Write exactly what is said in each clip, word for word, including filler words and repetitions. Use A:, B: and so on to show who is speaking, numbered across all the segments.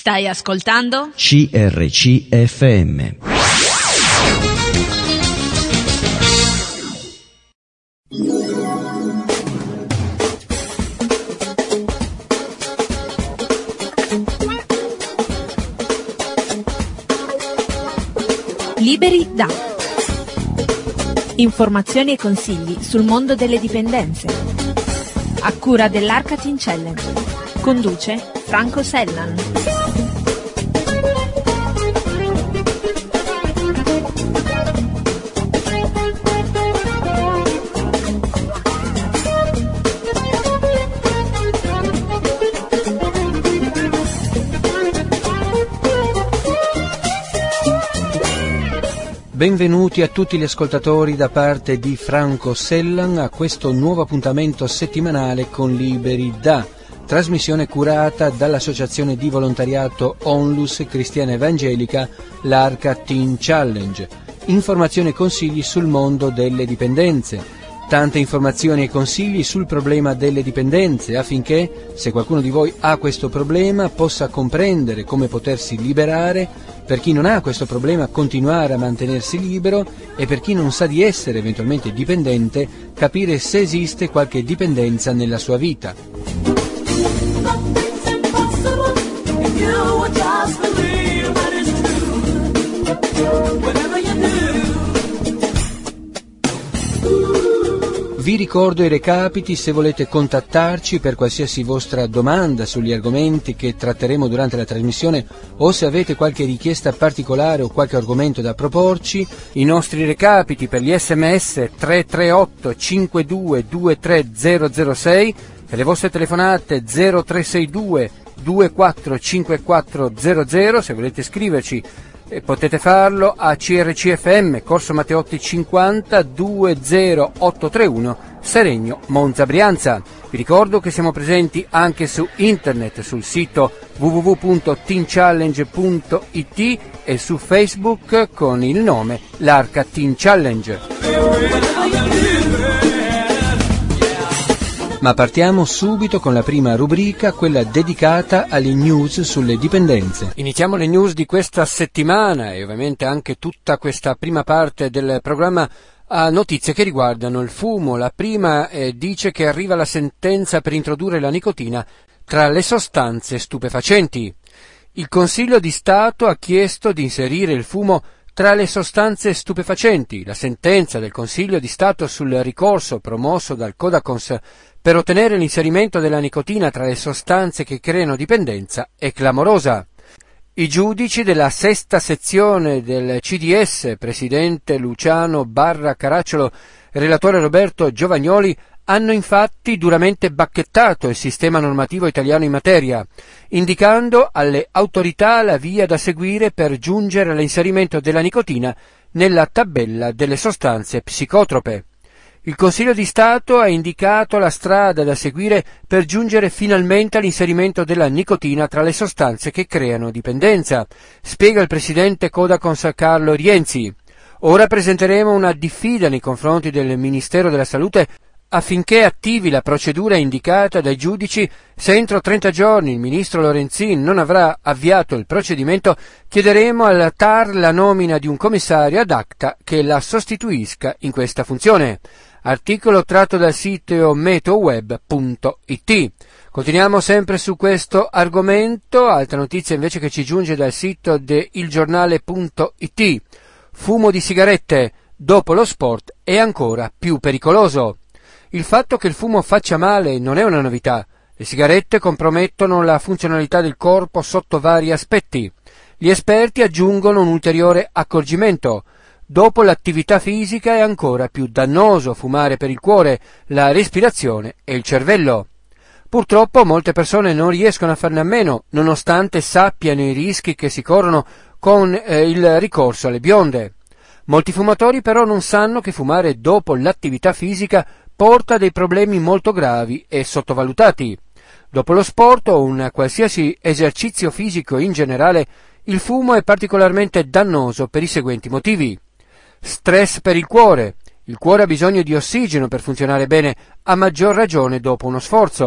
A: Stai ascoltando
B: C R C F M.
C: Liberi da. Informazioni e consigli sul mondo delle dipendenze. A cura dell'Arca Teen Challenge. Conduce Franco Sellan.
D: Benvenuti a tutti gli ascoltatori da parte di Franco Sellan a questo nuovo appuntamento settimanale con Liberi da, trasmissione curata dall'associazione di volontariato Onlus Cristiana Evangelica, l'Arca Teen Challenge. Informazioni e consigli sul mondo delle dipendenze. Tante informazioni e consigli sul problema delle dipendenze affinché, se qualcuno di voi ha questo problema, possa comprendere come potersi liberare. Per chi non ha questo problema, continuare a mantenersi libero, e per chi non sa di essere eventualmente dipendente, capire se esiste qualche dipendenza nella sua vita. Vi ricordo i recapiti se volete contattarci per qualsiasi vostra domanda sugli argomenti che tratteremo durante la trasmissione o se avete qualche richiesta particolare o qualche argomento da proporci. I nostri recapiti per gli sms tre tre otto cinque due due tre zero zero sei, per le vostre telefonate zero tre sei due due quattro cinque quattro zero zero, se volete scriverci e potete farlo a C R C F M, Corso Matteotti cinquanta duemilaottocentotrentauno, Seregno, Monza, Brianza. Vi ricordo che siamo presenti anche su internet, sul sito w w w punto teen challenge punto i t e su Facebook con il nome l'Arca Teen Challenge. Ma partiamo subito con la prima rubrica, quella dedicata alle news sulle dipendenze. Iniziamo le news di questa settimana e ovviamente anche tutta questa prima parte del programma a notizie che riguardano il fumo. La prima eh, dice che arriva la sentenza per introdurre la nicotina tra le sostanze stupefacenti. Il Consiglio di Stato ha chiesto di inserire il fumo tra le sostanze stupefacenti. La sentenza del Consiglio di Stato sul ricorso promosso dal Codacons per ottenere l'inserimento della nicotina tra le sostanze che creano dipendenza è clamorosa. I giudici della sesta sezione del C D S, presidente Luciano Barra Caracciolo, relatore Roberto Giovagnoli, hanno infatti duramente bacchettato il sistema normativo italiano in materia, indicando alle autorità la via da seguire per giungere all'inserimento della nicotina nella tabella delle sostanze psicotrope. Il Consiglio di Stato ha indicato la strada da seguire per giungere finalmente all'inserimento della nicotina tra le sostanze che creano dipendenza, spiega il presidente Codacons Carlo Rienzi. Ora presenteremo una diffida nei confronti del Ministero della Salute affinché attivi la procedura indicata dai giudici. Se entro trenta giorni il ministro Lorenzin non avrà avviato il procedimento, chiederemo al T A R la nomina di un commissario ad acta che la sostituisca in questa funzione. Articolo tratto dal sito metoweb punto i t. Continuiamo sempre su questo argomento. Altra notizia invece che ci giunge dal sito de il giornale punto i t. Fumo di sigarette dopo lo sport è ancora più pericoloso. Il fatto che il fumo faccia male non è una novità. Le sigarette compromettono la funzionalità del corpo sotto vari aspetti. Gli esperti aggiungono un ulteriore accorgimento. Dopo l'attività fisica è ancora più dannoso fumare per il cuore, la respirazione e il cervello. Purtroppo molte persone non riescono a farne a meno, nonostante sappiano i rischi che si corrono con eh, il ricorso alle bionde. Molti fumatori però non sanno che fumare dopo l'attività fisica porta dei problemi molto gravi e sottovalutati. Dopo lo sport o un qualsiasi esercizio fisico in generale, il fumo è particolarmente dannoso per i seguenti motivi. Stress per il cuore. Il cuore ha bisogno di ossigeno per funzionare bene, a maggior ragione dopo uno sforzo.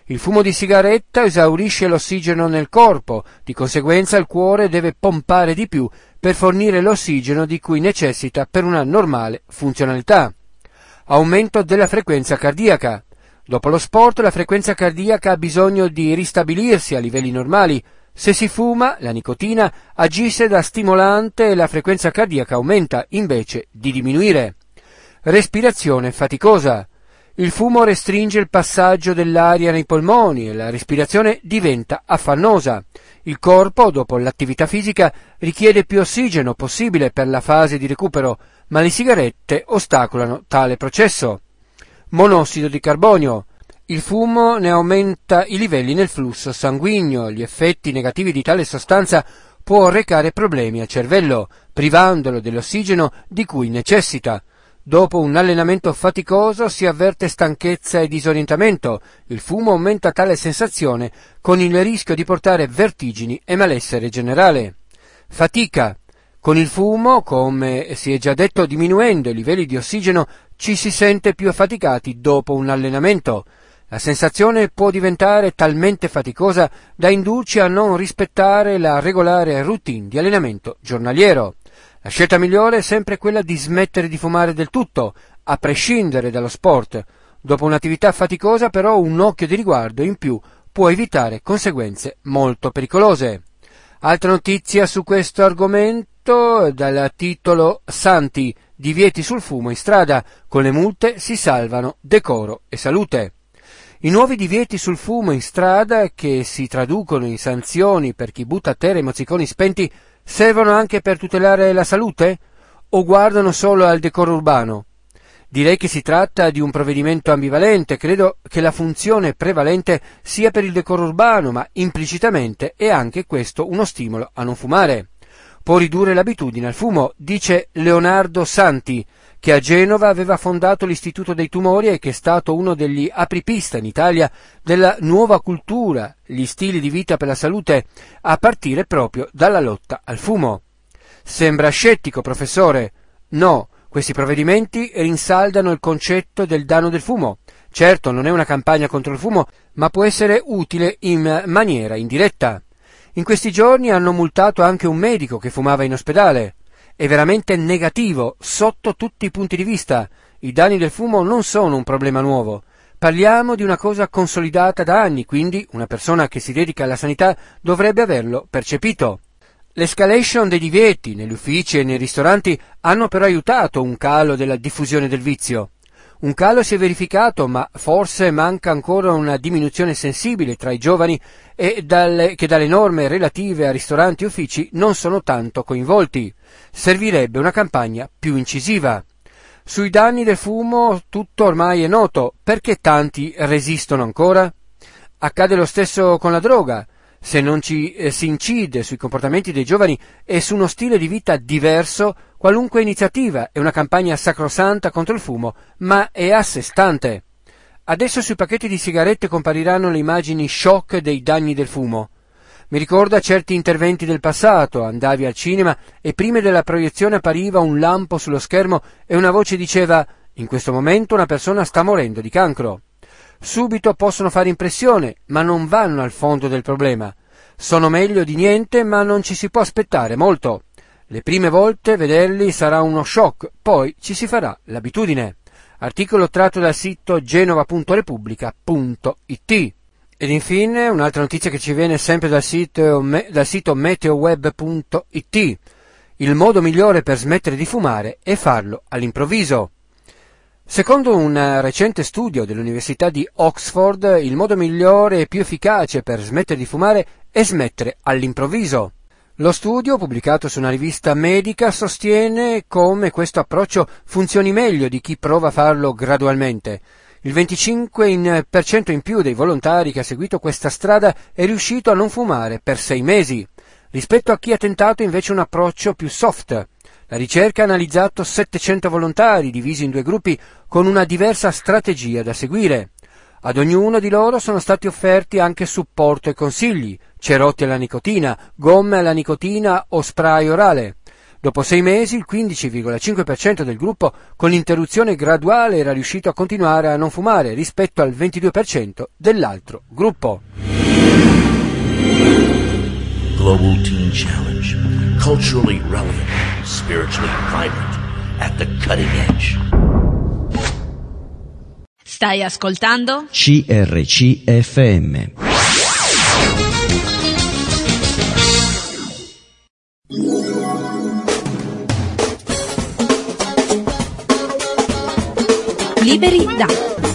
D: Il fumo di sigaretta esaurisce l'ossigeno nel corpo, di conseguenza il cuore deve pompare di più per fornire l'ossigeno di cui necessita per una normale funzionalità. Aumento della frequenza cardiaca. Dopo lo sport la frequenza cardiaca ha bisogno di ristabilirsi a livelli normali. Se si fuma, la nicotina agisce da stimolante e la frequenza cardiaca aumenta invece di diminuire. Respirazione faticosa. Il fumo restringe il passaggio dell'aria nei polmoni e la respirazione diventa affannosa. Il corpo, dopo l'attività fisica, richiede più ossigeno possibile per la fase di recupero, ma le sigarette ostacolano tale processo. Monossido di carbonio. Il fumo ne aumenta i livelli nel flusso sanguigno. Gli effetti negativi di tale sostanza può recare problemi al cervello, privandolo dell'ossigeno di cui necessita. Dopo un allenamento faticoso si avverte stanchezza e disorientamento. Il fumo aumenta tale sensazione con il rischio di portare vertigini e malessere generale. Fatica. Con il fumo, come si è già detto, diminuendo i livelli di ossigeno, ci si sente più affaticati dopo un allenamento. La sensazione può diventare talmente faticosa da indurci a non rispettare la regolare routine di allenamento giornaliero. La scelta migliore è sempre quella di smettere di fumare del tutto, a prescindere dallo sport. Dopo un'attività faticosa, però, un occhio di riguardo in più può evitare conseguenze molto pericolose. Altra notizia su questo argomento dal titolo Santi, divieti sul fumo in strada, con le multe si salvano decoro e salute. I nuovi divieti sul fumo in strada, che si traducono in sanzioni per chi butta a terra i mozziconi spenti, servono anche per tutelare la salute? O guardano solo al decoro urbano? Direi che si tratta di un provvedimento ambivalente. Credo che la funzione prevalente sia per il decoro urbano, ma implicitamente è anche questo uno stimolo a non fumare. Può ridurre l'abitudine al fumo, dice Leonardo Santi, che a Genova aveva fondato l'Istituto dei Tumori e che è stato uno degli apripista in Italia della nuova cultura, gli stili di vita per la salute, a partire proprio dalla lotta al fumo. Sembra scettico, professore? No, questi provvedimenti rinsaldano il concetto del danno del fumo. Certo, non è una campagna contro il fumo, ma può essere utile in maniera indiretta. In questi giorni hanno multato anche un medico che fumava in ospedale. È veramente negativo sotto tutti i punti di vista. I danni del fumo non sono un problema nuovo. Parliamo di una cosa consolidata da anni, quindi una persona che si dedica alla sanità dovrebbe averlo percepito. L'escalation dei divieti negli uffici e nei ristoranti hanno però aiutato un calo della diffusione del vizio. Un calo si è verificato, ma forse manca ancora una diminuzione sensibile tra i giovani e dalle, che dalle norme relative a ristoranti e uffici non sono tanto coinvolti. Servirebbe una campagna più incisiva. Sui danni del fumo tutto ormai è noto. Perché tanti resistono ancora? Accade lo stesso con la droga. Se non ci eh, si incide sui comportamenti dei giovani e su uno stile di vita diverso, qualunque iniziativa è una campagna sacrosanta contro il fumo, ma è a sé stante. Adesso sui pacchetti di sigarette compariranno le immagini shock dei danni del fumo. Mi ricorda certi interventi del passato. Andavi al cinema e prima della proiezione appariva un lampo sullo schermo e una voce diceva: in questo momento una persona sta morendo di cancro. Subito possono fare impressione, ma non vanno al fondo del problema. Sono meglio di niente, ma non ci si può aspettare molto. Le prime volte vederli sarà uno shock, poi ci si farà l'abitudine. Articolo tratto dal sito genova punto repubblica punto it. Ed infine un'altra notizia che ci viene sempre dal sito, dal sito meteoweb punto it. Il modo migliore per smettere di fumare è farlo all'improvviso. Secondo un recente studio dell'Università di Oxford, il modo migliore e più efficace per smettere di fumare è smettere all'improvviso. Lo studio, pubblicato su una rivista medica, sostiene come questo approccio funzioni meglio di chi prova a farlo gradualmente. Il venticinque per cento in più dei volontari che ha seguito questa strada è riuscito a non fumare per sei mesi, rispetto a chi ha tentato invece un approccio più soft. La ricerca ha analizzato settecento volontari divisi in due gruppi con una diversa strategia da seguire. Ad ognuno di loro sono stati offerti anche supporto e consigli, cerotti alla nicotina, gomme alla nicotina o spray orale. Dopo sei mesi il quindici virgola cinque per cento del gruppo con l'interruzione graduale era riuscito a continuare a non fumare rispetto al ventidue per cento dell'altro gruppo.
A: Global Teen Challenge. Culturally relevant, spiritually vibrant, at the cutting edge.
C: Stai ascoltando?
B: C R C F M.
C: Liberi da.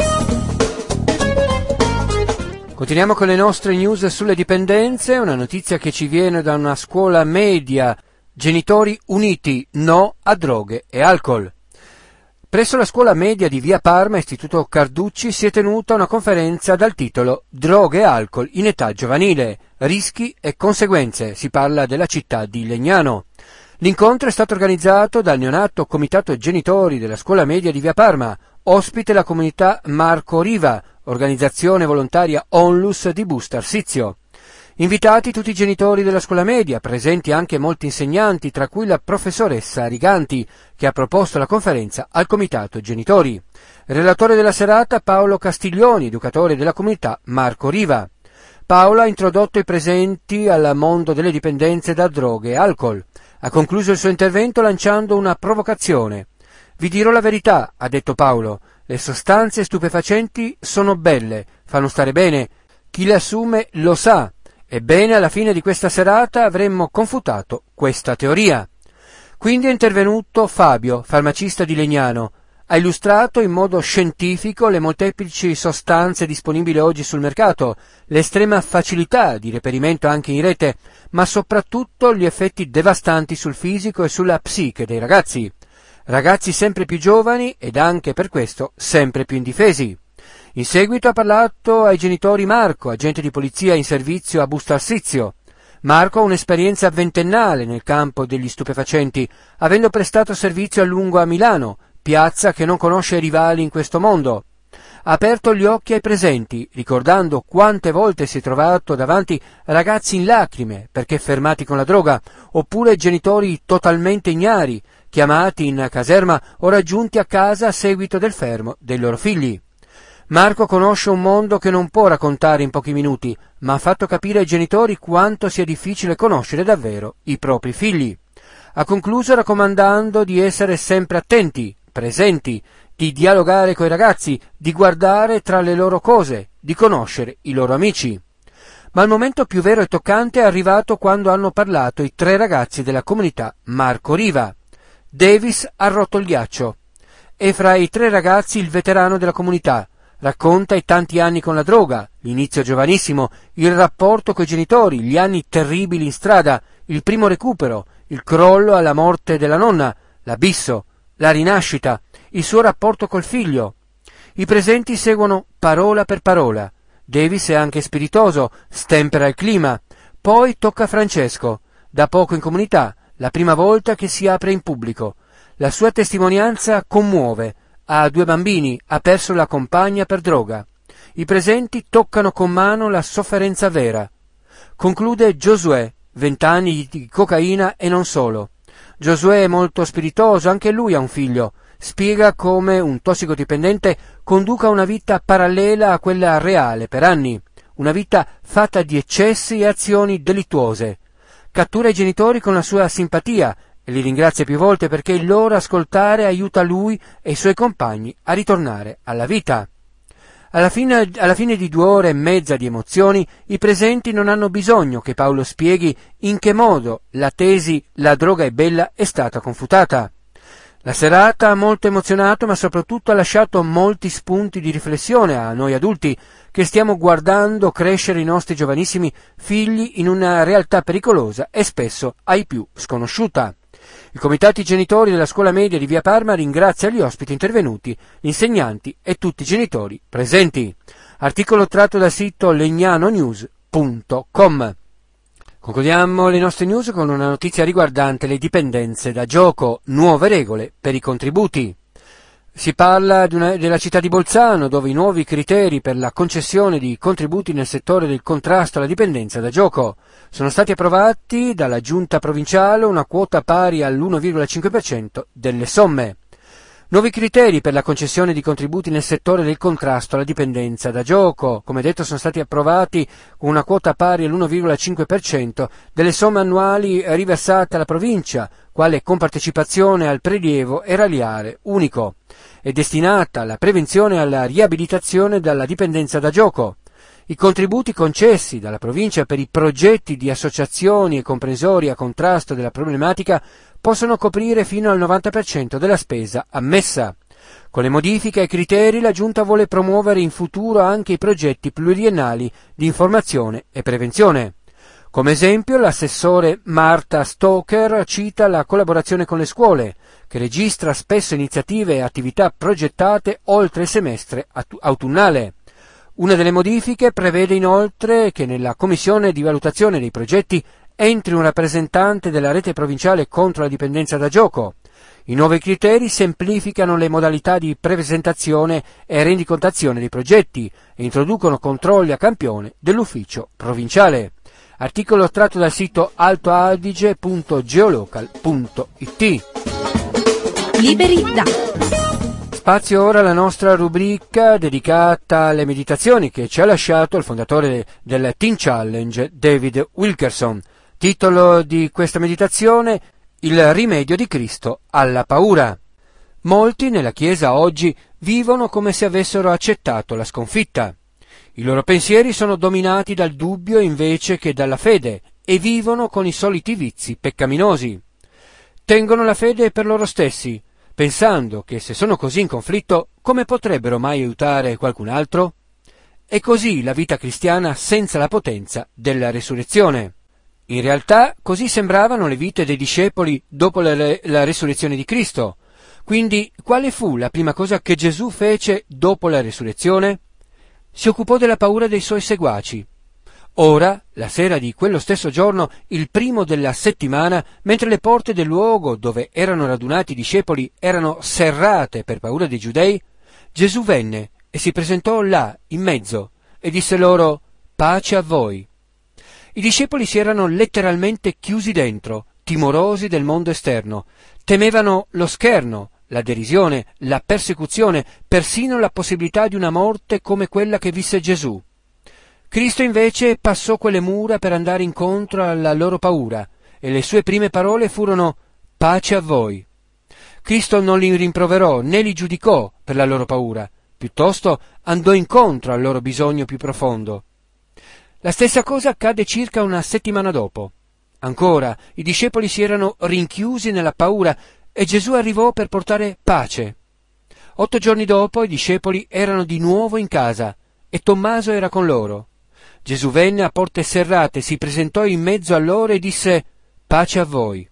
D: Continuiamo con le nostre news sulle dipendenze, una notizia che ci viene da una scuola media. Genitori uniti, no a droghe e alcol. Presso la scuola media di Via Parma, Istituto Carducci, si è tenuta una conferenza dal titolo Droghe e alcol in età giovanile, rischi e conseguenze. Si parla della città di Legnano. L'incontro è stato organizzato dal neonato Comitato Genitori della scuola media di Via Parma, ospite la comunità Marco Riva, organizzazione volontaria Onlus di Busto Arsizio. Invitati tutti i genitori della scuola media, presenti anche molti insegnanti, tra cui la professoressa Riganti, che ha proposto la conferenza al Comitato Genitori. Relatore della serata Paolo Castiglioni, educatore della comunità Marco Riva. Paolo ha introdotto i presenti al mondo delle dipendenze da droghe e alcol. Ha concluso il suo intervento lanciando una provocazione. Vi dirò la verità, ha detto Paolo, le sostanze stupefacenti sono belle, fanno stare bene, chi le assume lo sa. Ebbene, alla fine di questa serata avremmo confutato questa teoria. Quindi è intervenuto Fabio, farmacista di Legnano. Ha illustrato in modo scientifico le molteplici sostanze disponibili oggi sul mercato, l'estrema facilità di reperimento anche in rete, ma soprattutto gli effetti devastanti sul fisico e sulla psiche dei ragazzi. Ragazzi sempre più giovani ed anche per questo sempre più indifesi. In seguito ha parlato ai genitori Marco, agente di polizia in servizio a Busto Arsizio. Marco ha un'esperienza ventennale nel campo degli stupefacenti, avendo prestato servizio a lungo a Milano, piazza che non conosce rivali in questo mondo. Ha aperto gli occhi ai presenti, ricordando quante volte si è trovato davanti ragazzi in lacrime perché fermati con la droga, oppure genitori totalmente ignari, chiamati in caserma o raggiunti a casa a seguito del fermo dei loro figli. Marco conosce un mondo che non può raccontare in pochi minuti, ma ha fatto capire ai genitori quanto sia difficile conoscere davvero i propri figli. Ha concluso raccomandando di essere sempre attenti, presenti, di dialogare coi ragazzi, di guardare tra le loro cose, di conoscere i loro amici. Ma il momento più vero e toccante è arrivato quando hanno parlato i tre ragazzi della comunità Marco Riva. Davis ha rotto il ghiaccio. È fra i tre ragazzi il veterano della comunità. Racconta i tanti anni con la droga, l'inizio giovanissimo, il rapporto coi genitori, gli anni terribili in strada, il primo recupero, il crollo alla morte della nonna, l'abisso, la rinascita, il suo rapporto col figlio. I presenti seguono parola per parola. Davis è anche spiritoso, stempera il clima. Poi tocca a Francesco, da poco in comunità, la prima volta che si apre in pubblico. La sua testimonianza commuove. Ha due bambini, ha perso la compagna per droga. I presenti toccano con mano la sofferenza vera. Conclude Giosuè, vent'anni di cocaina e non solo. Giosuè è molto spiritoso, anche lui ha un figlio. Spiega come un tossicodipendente conduca una vita parallela a quella reale per anni, una vita fatta di eccessi e azioni delittuose. Cattura i genitori con la sua simpatia e li ringrazia più volte perché il loro ascoltare aiuta lui e i suoi compagni a ritornare alla vita. Alla fine, alla fine di due ore e mezza di emozioni, i presenti non hanno bisogno che Paolo spieghi in che modo la tesi «La droga è bella» è stata confutata. La serata ha molto emozionato, ma soprattutto ha lasciato molti spunti di riflessione a noi adulti che stiamo guardando crescere i nostri giovanissimi figli in una realtà pericolosa e spesso ai più sconosciuta. Il Comitato Genitori della scuola media di Via Parma ringrazia gli ospiti intervenuti, gli insegnanti e tutti i genitori presenti. Articolo tratto dal sito legnanonews punto com. Concludiamo le nostre news con una notizia riguardante le dipendenze da gioco, nuove regole per i contributi. Si parla di una, della città di Bolzano, dove i nuovi criteri per la concessione di contributi nel settore del contrasto alla dipendenza da gioco sono stati approvati dalla giunta provinciale, una quota pari all'uno virgola cinque per cento delle somme. Nuovi criteri per la concessione di contributi nel settore del contrasto alla dipendenza da gioco. Come detto, sono stati approvati con una quota pari all'uno virgola cinque per cento delle somme annuali riversate alla provincia, quale compartecipazione al prelievo erariale unico. È destinata alla prevenzione e alla riabilitazione dalla dipendenza da gioco. I contributi concessi dalla provincia per i progetti di associazioni e comprensori a contrasto della problematica possono coprire fino al novanta per cento della spesa ammessa. Con le modifiche ai criteri la Giunta vuole promuovere in futuro anche i progetti pluriennali di informazione e prevenzione. Come esempio, l'assessore Marta Stoker cita la collaborazione con le scuole, che registra spesso iniziative e attività progettate oltre il semestre autunnale. Una delle modifiche prevede inoltre che nella commissione di valutazione dei progetti entri un rappresentante della rete provinciale contro la dipendenza da gioco. I nuovi criteri semplificano le modalità di presentazione e rendicontazione dei progetti e introducono controlli a campione dell'ufficio provinciale. Articolo tratto dal sito altoadige punto geolocal punto it.
C: Liberi da.
D: Spazio ora alla nostra rubrica dedicata alle meditazioni che ci ha lasciato il fondatore del Teen Challenge, David Wilkerson. Titolo di questa meditazione: Il rimedio di Cristo alla paura. Molti nella Chiesa oggi vivono come se avessero accettato la sconfitta. I loro pensieri sono dominati dal dubbio invece che dalla fede e vivono con i soliti vizi peccaminosi. Tengono la fede per loro stessi, pensando che se sono così in conflitto, come potrebbero mai aiutare qualcun altro? È così la vita cristiana senza la potenza della resurrezione. In realtà così sembravano le vite dei discepoli dopo la, la resurrezione di Cristo. Quindi quale fu la prima cosa che Gesù fece dopo la resurrezione? Si occupò della paura dei suoi seguaci. Ora, la sera di quello stesso giorno, il primo della settimana, mentre le porte del luogo dove erano radunati i discepoli erano serrate per paura dei giudei, Gesù venne e si presentò là, in mezzo, e disse loro: «Pace a voi». I discepoli si erano letteralmente chiusi dentro, timorosi del mondo esterno. Temevano lo scherno, la derisione, la persecuzione, persino la possibilità di una morte come quella che visse Gesù. Cristo invece passò quelle mura per andare incontro alla loro paura, e le sue prime parole furono: «Pace a voi». Cristo non li rimproverò né li giudicò per la loro paura, piuttosto andò incontro al loro bisogno più profondo. La stessa cosa accade circa una settimana dopo. Ancora, i discepoli si erano rinchiusi nella paura e Gesù arrivò per portare pace. Otto giorni dopo i discepoli erano di nuovo in casa e Tommaso era con loro. Gesù venne a porte serrate, si presentò in mezzo a loro e disse: «Pace a voi».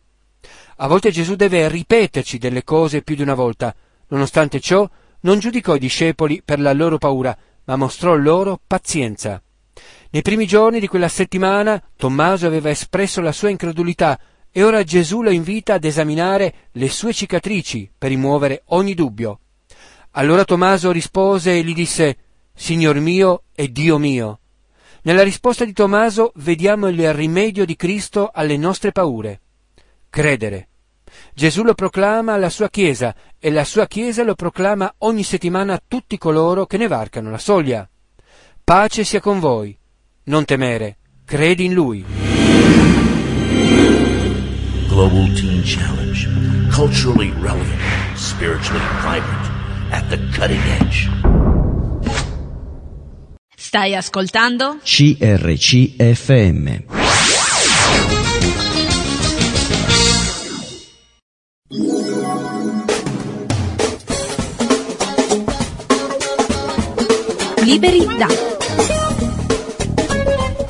D: A volte Gesù deve ripeterci delle cose più di una volta. Nonostante ciò, non giudicò i discepoli per la loro paura, ma mostrò loro pazienza. Nei primi giorni di quella settimana Tommaso aveva espresso la sua incredulità e ora Gesù lo invita ad esaminare le sue cicatrici per rimuovere ogni dubbio. Allora Tommaso rispose e gli disse: «Signor mio e Dio mio». Nella risposta di Tommaso vediamo il rimedio di Cristo alle nostre paure: credere. Gesù lo proclama alla sua Chiesa e la sua Chiesa lo proclama ogni settimana a tutti coloro che ne varcano la soglia. Pace sia con voi. Non temere, credi in Lui.
A: Global Teen Challenge. Culturally relevant, spiritually vibrant, at the cutting edge.
C: Stai ascoltando?
B: C R C F M.
C: Liberi da.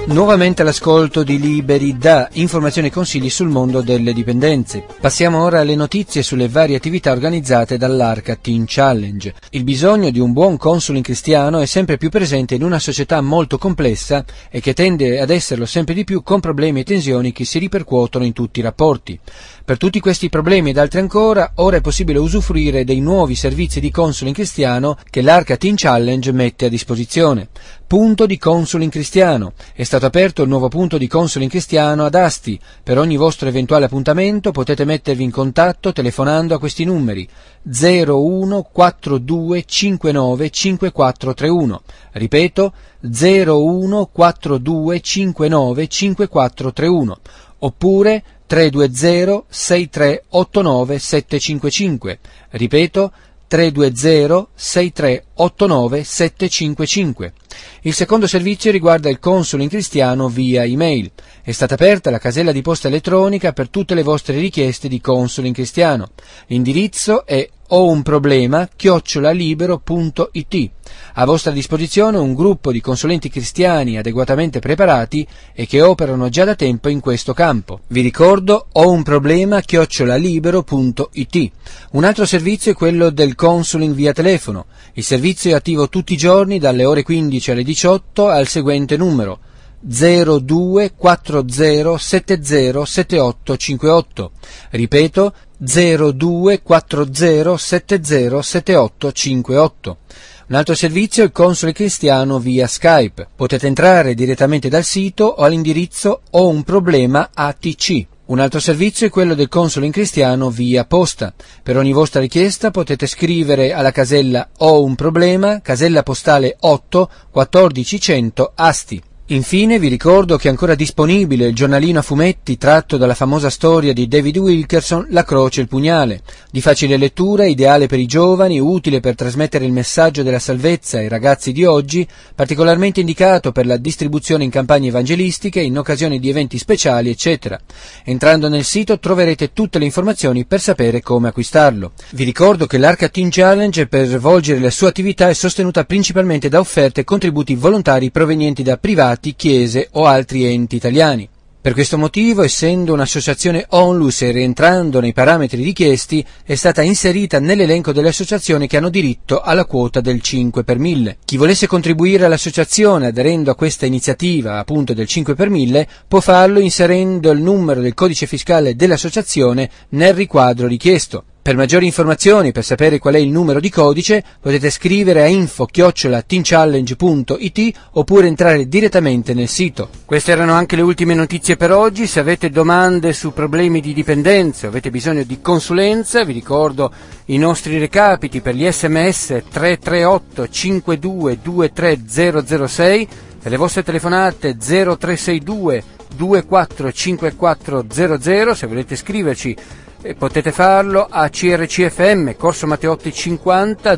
D: Nuovamente all'ascolto di Liberi da informazioni e consigli sul mondo delle dipendenze. Passiamo ora alle notizie sulle varie attività organizzate dall'Arca Teen Challenge. Il bisogno di un buon consulting cristiano è sempre più presente in una società molto complessa e che tende ad esserlo sempre di più, con problemi e tensioni che si ripercuotono in tutti i rapporti. Per tutti questi problemi ed altri ancora, ora è possibile usufruire dei nuovi servizi di consuling cristiano che l'Arca Teen Challenge mette a disposizione. Punto di consuling cristiano. È stato aperto il nuovo punto di consuling cristiano ad Asti. Per ogni vostro eventuale appuntamento potete mettervi in contatto telefonando a questi numeri: zero uno quattro due cinque nove cinque quattro tre uno. Ripeto, zero uno quattro due cinque nove cinque quattro tre uno, oppure tre due zero sei tre otto nove sette cinque cinque. Ripeto, tre due zero sei tre otto nove sette cinque cinque. Il secondo servizio riguarda il consuling cristiano via email. È stata aperta la casella di posta elettronica per tutte le vostre richieste di consuling cristiano. L'indirizzo è ho un problema chiocciola libero punto it. A vostra disposizione un gruppo di consulenti cristiani adeguatamente preparati e che operano già da tempo in questo campo. Vi ricordo ho un problema chiocciola libero punto it. Un altro servizio è quello del consuling via telefono. Il servizio è attivo tutti i giorni dalle ore quindici alle diciotto al seguente numero: zero due quattro zero sette zero sette otto cinque otto. Ripeto, zero due quattro zero sette zero sette otto cinque otto. Un altro servizio è il consuling cristiano via Skype. Potete entrare direttamente dal sito o all'indirizzo ho un problema A T C. Un altro servizio è quello del consuling cristiano via posta. Per ogni vostra richiesta potete scrivere alla casella ho un problema, casella postale otto quattordicicento Asti. Infine vi ricordo che è ancora disponibile il giornalino a fumetti tratto dalla famosa storia di David Wilkerson, La croce e il pugnale, di facile lettura, ideale per i giovani, utile per trasmettere il messaggio della salvezza ai ragazzi di oggi, particolarmente indicato per la distribuzione in campagne evangelistiche, in occasione di eventi speciali, eccetera. Entrando nel sito troverete tutte le informazioni per sapere come acquistarlo. Vi ricordo che l'Arca Teen Challenge, per svolgere la sua attività, è sostenuta principalmente da offerte e contributi volontari provenienti da privati, chiese o altri enti italiani. Per questo motivo, essendo un'associazione Onlus e rientrando nei parametri richiesti, è stata inserita nell'elenco delle associazioni che hanno diritto alla quota del cinque per mille. Chi volesse contribuire all'associazione aderendo a questa iniziativa, appunto del cinque per mille, può farlo inserendo il numero del codice fiscale dell'associazione nel riquadro richiesto. Per maggiori informazioni, per sapere qual è il numero di codice, potete scrivere a info chiocciola teenchallenge punto it oppure entrare direttamente nel sito. Queste erano anche le ultime notizie per oggi. Se avete domande su problemi di dipendenza o avete bisogno di consulenza, vi ricordo i nostri recapiti per gli sms tre tre otto cinque due due tre zero zero sei, per le vostre telefonate zero tre sei due due quattro cinque quattro zero zero. Se volete scriverci e potete farlo a C R C F M, Corso Matteotti cinquanta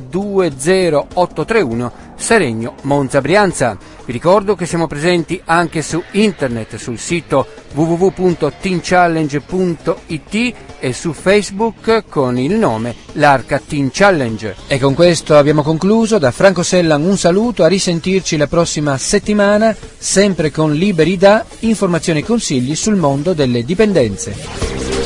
D: duemilaottocentotrentatré, Seregno, Monza, Brianza. Vi ricordo che siamo presenti anche su internet, sul sito w w w punto teen challenge punto it e su Facebook con il nome l'Arca Teen Challenge. E con questo abbiamo concluso. Da Franco Sellan un saluto, a risentirci la prossima settimana, sempre con Liberi da informazioni e consigli sul mondo delle dipendenze.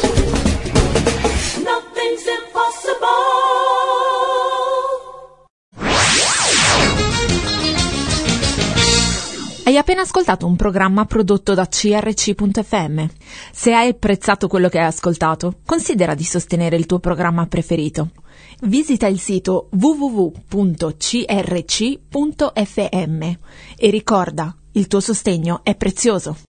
C: Hai appena ascoltato un programma prodotto da C R C punto F M. Se hai apprezzato quello che hai ascoltato, considera di sostenere il tuo programma preferito. Visita il sito w w w punto c r c punto f m e ricorda, il tuo sostegno è prezioso.